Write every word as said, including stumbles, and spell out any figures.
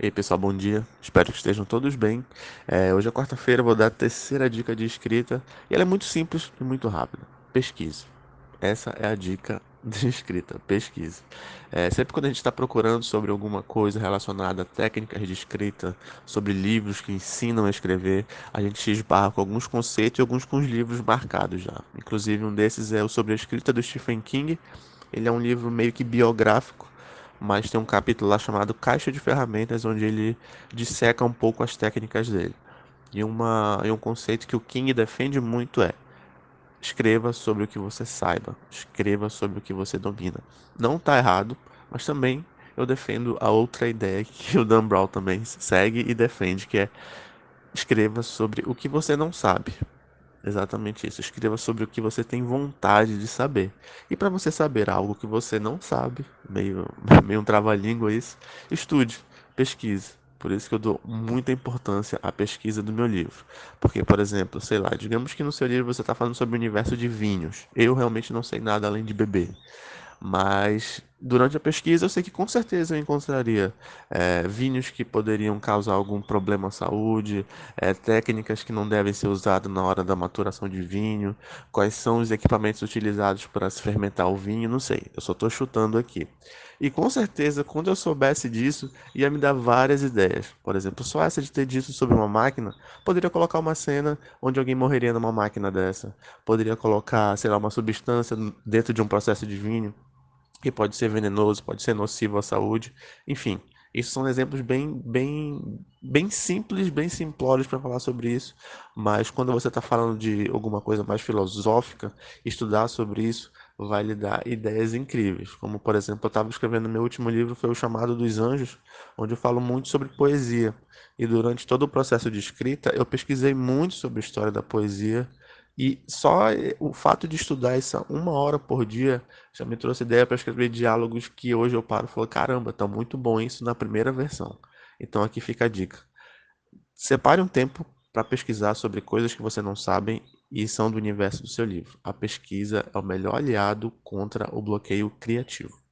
E aí pessoal, bom dia. Espero que estejam todos bem. É, hoje é quarta-feira, eu vou dar a terceira dica de escrita e ela é muito simples e muito rápida. Pesquise. Essa é a dica de escrita. Pesquise. É, sempre quando a gente está procurando sobre alguma coisa relacionada a técnicas de escrita, sobre livros que ensinam a escrever, a gente se esbarra com alguns conceitos e alguns com os livros marcados já. Inclusive um desses é o sobre a escrita do Stephen King. Ele é um livro meio que biográfico, mas tem um capítulo lá chamado Caixa de Ferramentas, onde ele disseca um pouco as técnicas dele. E, uma, e um conceito que o King defende muito é: escreva sobre o que você saiba, escreva sobre o que você domina. Não está errado, mas também eu defendo a outra ideia que o Dan Brown também segue e defende, que é: escreva sobre o que você não sabe. Exatamente isso. Escreva sobre o que você tem vontade de saber. E para você saber algo que você não sabe, meio, meio um trava-língua isso, estude, pesquise. Por isso que eu dou muita importância à pesquisa do meu livro. Porque, por exemplo, sei lá, digamos que no seu livro você está falando sobre o universo de vinhos. Eu realmente não sei nada além de beber. Mas durante a pesquisa eu sei que com certeza eu encontraria é, vinhos que poderiam causar algum problema à saúde, é, técnicas que não devem ser usadas na hora da maturação de vinho, quais são os equipamentos utilizados para se fermentar o vinho, não sei, eu só estou chutando aqui. E com certeza, quando eu soubesse disso, ia me dar várias ideias. Por exemplo, só essa de ter dito sobre uma máquina, poderia colocar uma cena onde alguém morreria numa máquina dessa. Poderia colocar, sei lá, uma substância dentro de um processo de vinho que pode ser venenoso, pode ser nocivo à saúde, enfim. Isso são exemplos bem, bem, bem simples, bem simplórios para falar sobre isso, mas quando você está falando de alguma coisa mais filosófica, estudar sobre isso vai lhe dar ideias incríveis. Como, por exemplo, eu estava escrevendo meu último livro, foi O Chamado dos Anjos, onde eu falo muito sobre poesia. E durante todo o processo de escrita, eu pesquisei muito sobre a história da poesia, e só o fato de estudar essa uma hora por dia já me trouxe ideia para escrever diálogos que hoje eu paro e falo: caramba, tá muito bom isso na primeira versão. Então aqui fica a dica. Separe um tempo para pesquisar sobre coisas que você não sabe e são do universo do seu livro. A pesquisa é o melhor aliado contra o bloqueio criativo.